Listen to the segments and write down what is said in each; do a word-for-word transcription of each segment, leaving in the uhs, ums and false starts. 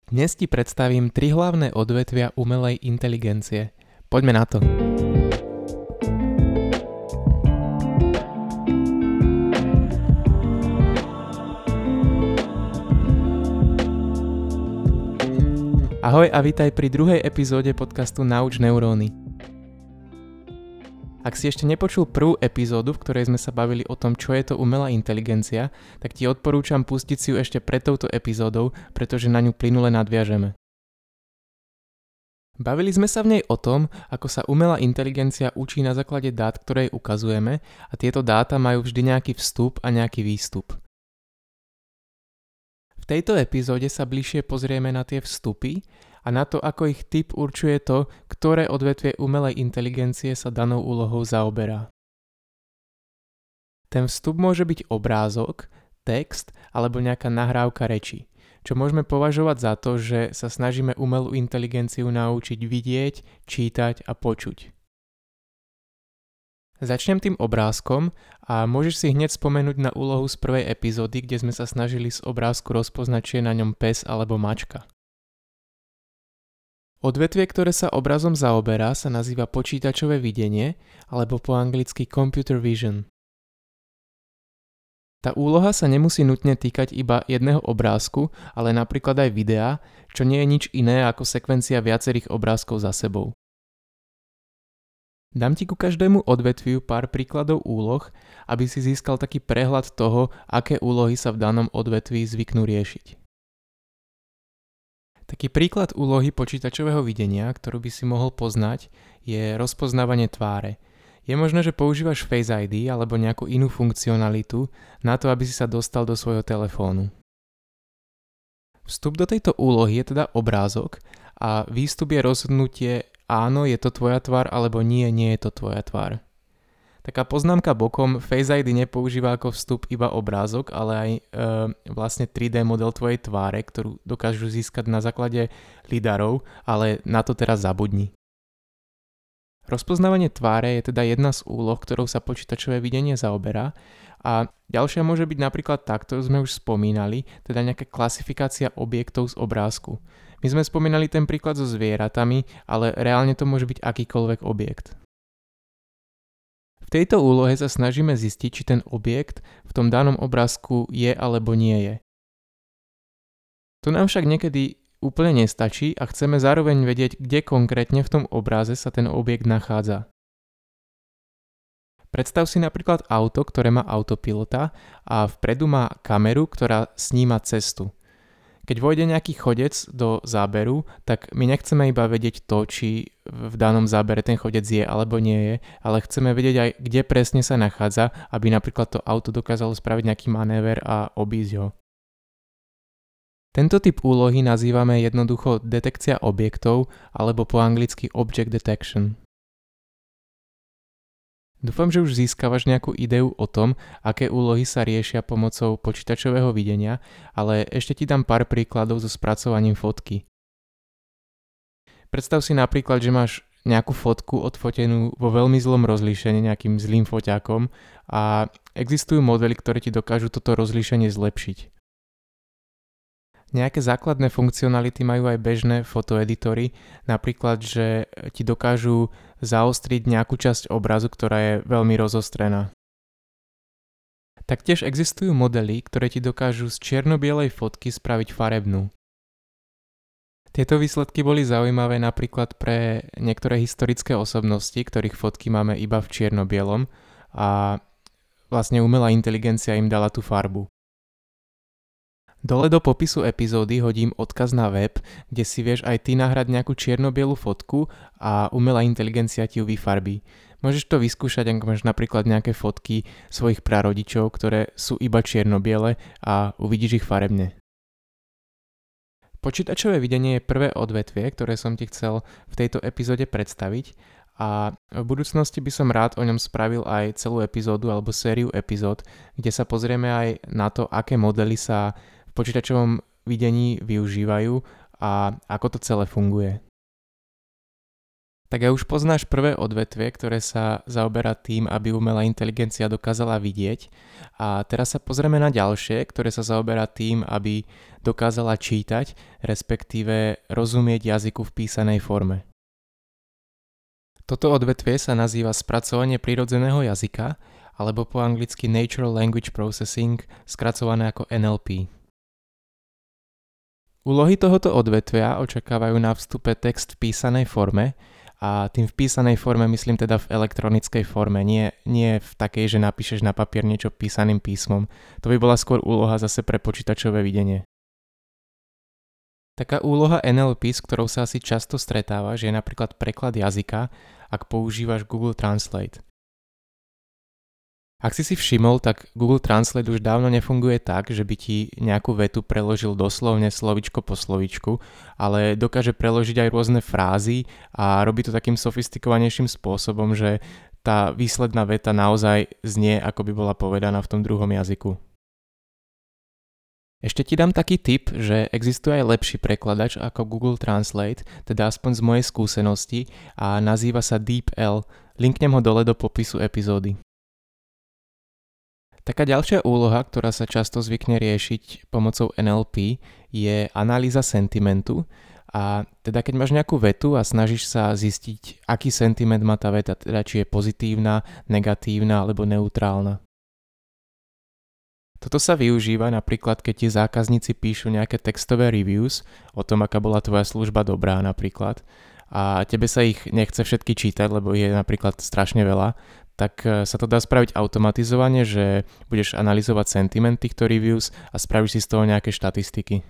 Dnes ti predstavím tri hlavné odvetvia umelej inteligencie. Poďme na to. Ahoj a vítaj pri druhej epizóde podcastu Nauč neuróny. Ak si ešte nepočul prvú epizódu, v ktorej sme sa bavili o tom, čo je to umelá inteligencia, tak ti odporúčam pustiť si ju ešte pred touto epizódou, pretože na ňu plynule nadviažeme. Bavili sme sa v nej o tom, ako sa umelá inteligencia učí na základe dát, ktoré jej ukazujeme, a tieto dáta majú vždy nejaký vstup a nejaký výstup. V tejto epizóde sa bližšie pozrieme na tie vstupy a na to, ako ich typ určuje to, ktoré odvetvie umelej inteligencie sa danou úlohou zaoberá. Ten vstup môže byť obrázok, text alebo nejaká nahrávka reči, čo môžeme považovať za to, že sa snažíme umelú inteligenciu naučiť vidieť, čítať a počuť. Začnem tým obrázkom a môžeš si hneď spomenúť na úlohu z prvej epizódy, kde sme sa snažili z obrázku rozpoznať, či je na ňom pes alebo mačka. Odvetvie, ktoré sa obrazom zaoberá, sa nazýva počítačové videnie, alebo po anglicky computer vision. Tá úloha sa nemusí nutne týkať iba jedného obrázku, ale napríklad aj videa, čo nie je nič iné ako sekvencia viacerých obrázkov za sebou. Dám ti ku každému odvetviu pár príkladov úloh, aby si získal taký prehľad toho, aké úlohy sa v danom odvetví zvyknú riešiť. Taký príklad úlohy počítačového videnia, ktorú by si mohol poznať, je rozpoznávanie tváre. Je možné, že používaš Face í dé alebo nejakú inú funkcionalitu na to, aby si sa dostal do svojho telefónu. Vstup do tejto úlohy je teda obrázok a výstup je rozhodnutie áno, je to tvoja tvár, alebo nie, nie je to tvoja tvár. Taká poznámka bokom, Face í dé nepoužíva ako vstup iba obrázok, ale aj e, vlastne tri dé model tvojej tváre, ktorú dokážu získať na základe lidarov, ale na to teraz zabudni. Rozpoznávanie tváre je teda jedna z úloh, ktorou sa počítačové videnie zaoberá, a ďalšia môže byť napríklad tá, ktorú sme už spomínali, teda nejaká klasifikácia objektov z obrázku. My sme spomínali ten príklad so zvieratami, ale reálne to môže byť akýkoľvek objekt. V tejto úlohe sa snažíme zistiť, či ten objekt v tom danom obrázku je alebo nie je. To nám však niekedy úplne nestačí a chceme zároveň vedieť, kde konkrétne v tom obráze sa ten objekt nachádza. Predstav si napríklad auto, ktoré má autopilota a vpredu má kameru, ktorá sníma cestu. Keď vojde nejaký chodec do záberu, tak my nechceme iba vedieť to, či v danom zábere ten chodec je alebo nie je, ale chceme vedieť aj, kde presne sa nachádza, aby napríklad to auto dokázalo spraviť nejaký manéver a obísť ho. Tento typ úlohy nazývame jednoducho detekcia objektov alebo po anglicky object detection. Dúfam, že už získavaš nejakú ideu o tom, aké úlohy sa riešia pomocou počítačového videnia, ale ešte ti dám pár príkladov so spracovaním fotky. Predstav si napríklad, že máš nejakú fotku odfotenú vo veľmi zlom rozlíšení nejakým zlým foťákom a existujú modely, ktoré ti dokážu toto rozlíšenie zlepšiť. Nejaké základné funkcionality majú aj bežné fotoeditory, napríklad, že ti dokážu zaostriť nejakú časť obrazu, ktorá je veľmi rozostrená. Taktiež existujú modely, ktoré ti dokážu z čierno-bielej fotky spraviť farebnú. Tieto výsledky boli zaujímavé napríklad pre niektoré historické osobnosti, ktorých fotky máme iba v čierno-bielom a vlastne umelá inteligencia im dala tú farbu. Dole do popisu epizódy hodím odkaz na web, kde si vieš aj ty nahrať nejakú čierno-bielu fotku a umelá inteligencia ti ju vyfarbí. Môžeš to vyskúšať, ak máš napríklad nejaké fotky svojich prarodičov, ktoré sú iba čierno-biele, a uvidíš ich farebne. Počítačové videnie je prvé odvetvie, ktoré som ti chcel v tejto epizóde predstaviť, a v budúcnosti by som rád o ňom spravil aj celú epizódu alebo sériu epizód, kde sa pozrieme aj na to, aké modely sa v počítačovom videní využívajú a ako to celé funguje. Tak a už poznáš prvé odvetvie, ktoré sa zaoberá tým, aby umelá inteligencia dokázala vidieť. A teraz sa pozrieme na ďalšie, ktoré sa zaoberá tým, aby dokázala čítať, respektíve rozumieť jazyku v písanej forme. Toto odvetvie sa nazýva spracovanie prirodzeného jazyka, alebo po anglicky Natural Language Processing, skracované ako N L P. Úlohy tohoto odvetvia očakávajú na vstupe text v písanej forme, a tým v písanej forme myslím teda v elektronickej forme, nie, nie v takej, že napíšeš na papier niečo písaným písmom. To by bola skôr úloha zase pre počítačové videnie. Taká úloha N L P, s ktorou sa asi často stretávaš, je napríklad preklad jazyka, ak používaš Google Translate. Ak si si všimol, tak Google Translate už dávno nefunguje tak, že by ti nejakú vetu preložil doslovne slovíčko po slovíčku, ale dokáže preložiť aj rôzne frázy a robí to takým sofistikovanejším spôsobom, že tá výsledná veta naozaj znie, ako by bola povedaná v tom druhom jazyku. Ešte ti dám taký tip, že existuje aj lepší prekladač ako Google Translate, teda aspoň z mojej skúsenosti, a nazýva sa DeepL. Linknem ho dole do popisu epizódy. Taká ďalšia úloha, ktorá sa často zvykne riešiť pomocou N L P, je analýza sentimentu. A teda keď máš nejakú vetu a snažíš sa zistiť, aký sentiment má tá veta, teda či je pozitívna, negatívna alebo neutrálna. Toto sa využíva napríklad, keď ti zákazníci píšu nejaké textové reviews o tom, aká bola tvoja služba dobrá napríklad, a tebe sa ich nechce všetky čítať, lebo je napríklad strašne veľa, tak sa to dá spraviť automatizovane, že budeš analyzovať sentiment týchto reviews a spravíš si z toho nejaké štatistiky.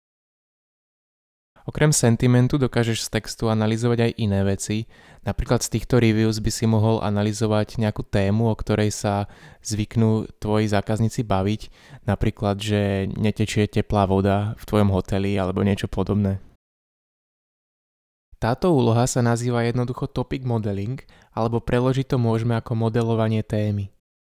Okrem sentimentu dokážeš z textu analyzovať aj iné veci. Napríklad z týchto reviews by si mohol analyzovať nejakú tému, o ktorej sa zvyknú tvoji zákazníci baviť. Napríklad, že netečie teplá voda v tvojom hoteli alebo niečo podobné. Táto úloha sa nazýva jednoducho topic modeling, alebo preložiť to môžeme ako modelovanie témy.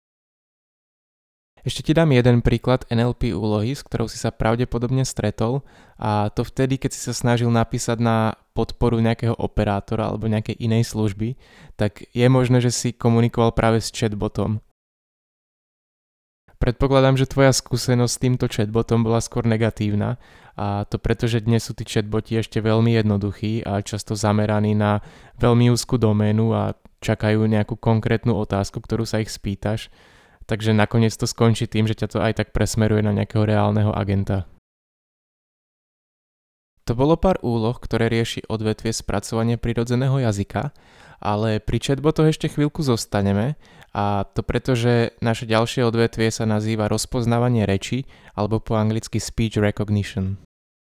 Ešte ti dám jeden príklad N L P úlohy, s ktorou si sa pravdepodobne stretol, a to vtedy, keď si sa snažil napísať na podporu nejakého operátora alebo nejakej inej služby, tak je možné, že si komunikoval práve s chatbotom. Predpokladám, že tvoja skúsenosť s týmto chatbotom bola skôr negatívna, a to preto, že dnes sú tí chatboti ešte veľmi jednoduchí a často zameraní na veľmi úzku doménu a čakajú nejakú konkrétnu otázku, ktorú sa ich spýtaš, takže nakoniec to skončí tým, že ťa to aj tak presmeruje na nejakého reálneho agenta. To bolo pár úloh, ktoré rieši odvetvie spracovania prirodzeného jazyka, ale pri chatbotoch ešte chvíľku zostaneme, a to preto, že naše ďalšie odvetvie sa nazýva rozpoznávanie reči, alebo po anglicky speech recognition.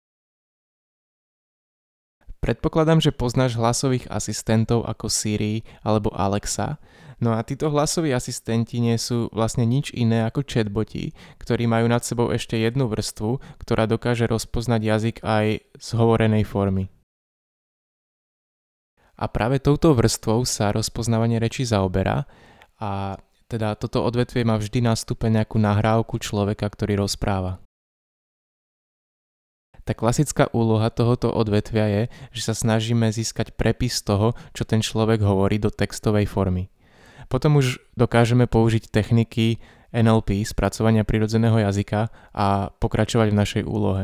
Predpokladám, že poznáš hlasových asistentov ako Siri alebo Alexa, no a títo hlasoví asistenti nie sú vlastne nič iné ako chatboti, ktorí majú nad sebou ešte jednu vrstvu, ktorá dokáže rozpoznať jazyk aj z hovorenej formy. A práve touto vrstvou sa rozpoznávanie reči zaoberá, a teda toto odvetvie má vždy na vstupe nejakú nahrávku človeka, ktorý rozpráva. Tá klasická úloha tohoto odvetvia je, že sa snažíme získať prepis toho, čo ten človek hovorí, do textovej formy. Potom už dokážeme použiť techniky N L P, spracovania prirodzeného jazyka, a pokračovať v našej úlohe.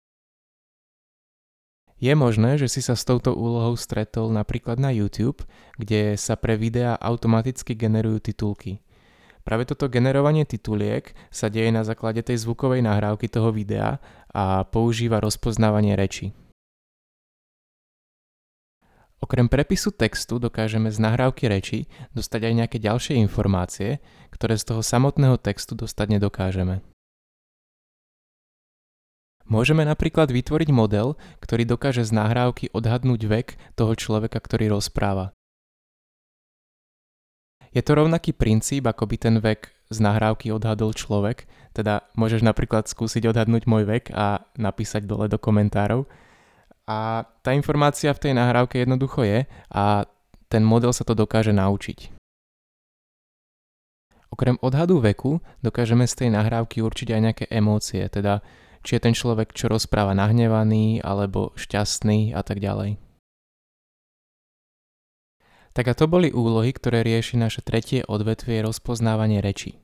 Je možné, že si sa s touto úlohou stretol napríklad na YouTube, kde sa pre videá automaticky generujú titulky. Práve toto generovanie tituliek sa deje na základe tej zvukovej nahrávky toho videa a používa rozpoznávanie reči. Okrem prepisu textu dokážeme z nahrávky reči dostať aj nejaké ďalšie informácie, ktoré z toho samotného textu dostať nedokážeme. Môžeme napríklad vytvoriť model, ktorý dokáže z nahrávky odhadnúť vek toho človeka, ktorý rozpráva. Je to rovnaký princíp, ako by ten vek z nahrávky odhadol človek, teda môžeš napríklad skúsiť odhadnúť môj vek a napísať dole do komentárov. A tá informácia v tej nahrávke jednoducho je a ten model sa to dokáže naučiť. Okrem odhadu veku dokážeme z tej nahrávky určiť aj nejaké emócie, teda či je ten človek, čo rozpráva, nahnevaný alebo šťastný a tak ďalej. Tak a to boli úlohy, ktoré rieši naše tretie odvetvie rozpoznávanie rečí.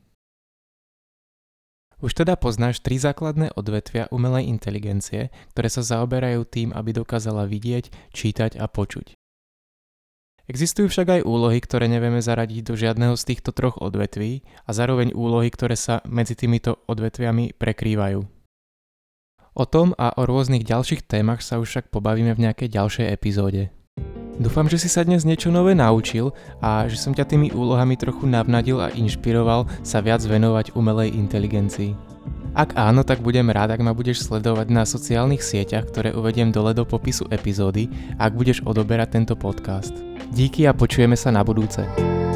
Už teda poznáš tri základné odvetvia umelej inteligencie, ktoré sa zaoberajú tým, aby dokázala vidieť, čítať a počuť. Existujú však aj úlohy, ktoré nevieme zaradiť do žiadneho z týchto troch odvetví a zároveň úlohy, ktoré sa medzi týmito odvetviami prekrývajú. O tom a o rôznych ďalších témach sa už však pobavíme v nejakej ďalšej epizóde. Dúfam, že si sa dnes niečo nové naučil a že som ťa tými úlohami trochu navnadil a inšpiroval sa viac venovať umelej inteligencii. Ak áno, tak budem rád, ak ma budeš sledovať na sociálnych sieťach, ktoré uvediem dole do popisu epizódy, ak budeš odoberať tento podcast. Díky a počujeme sa na budúce.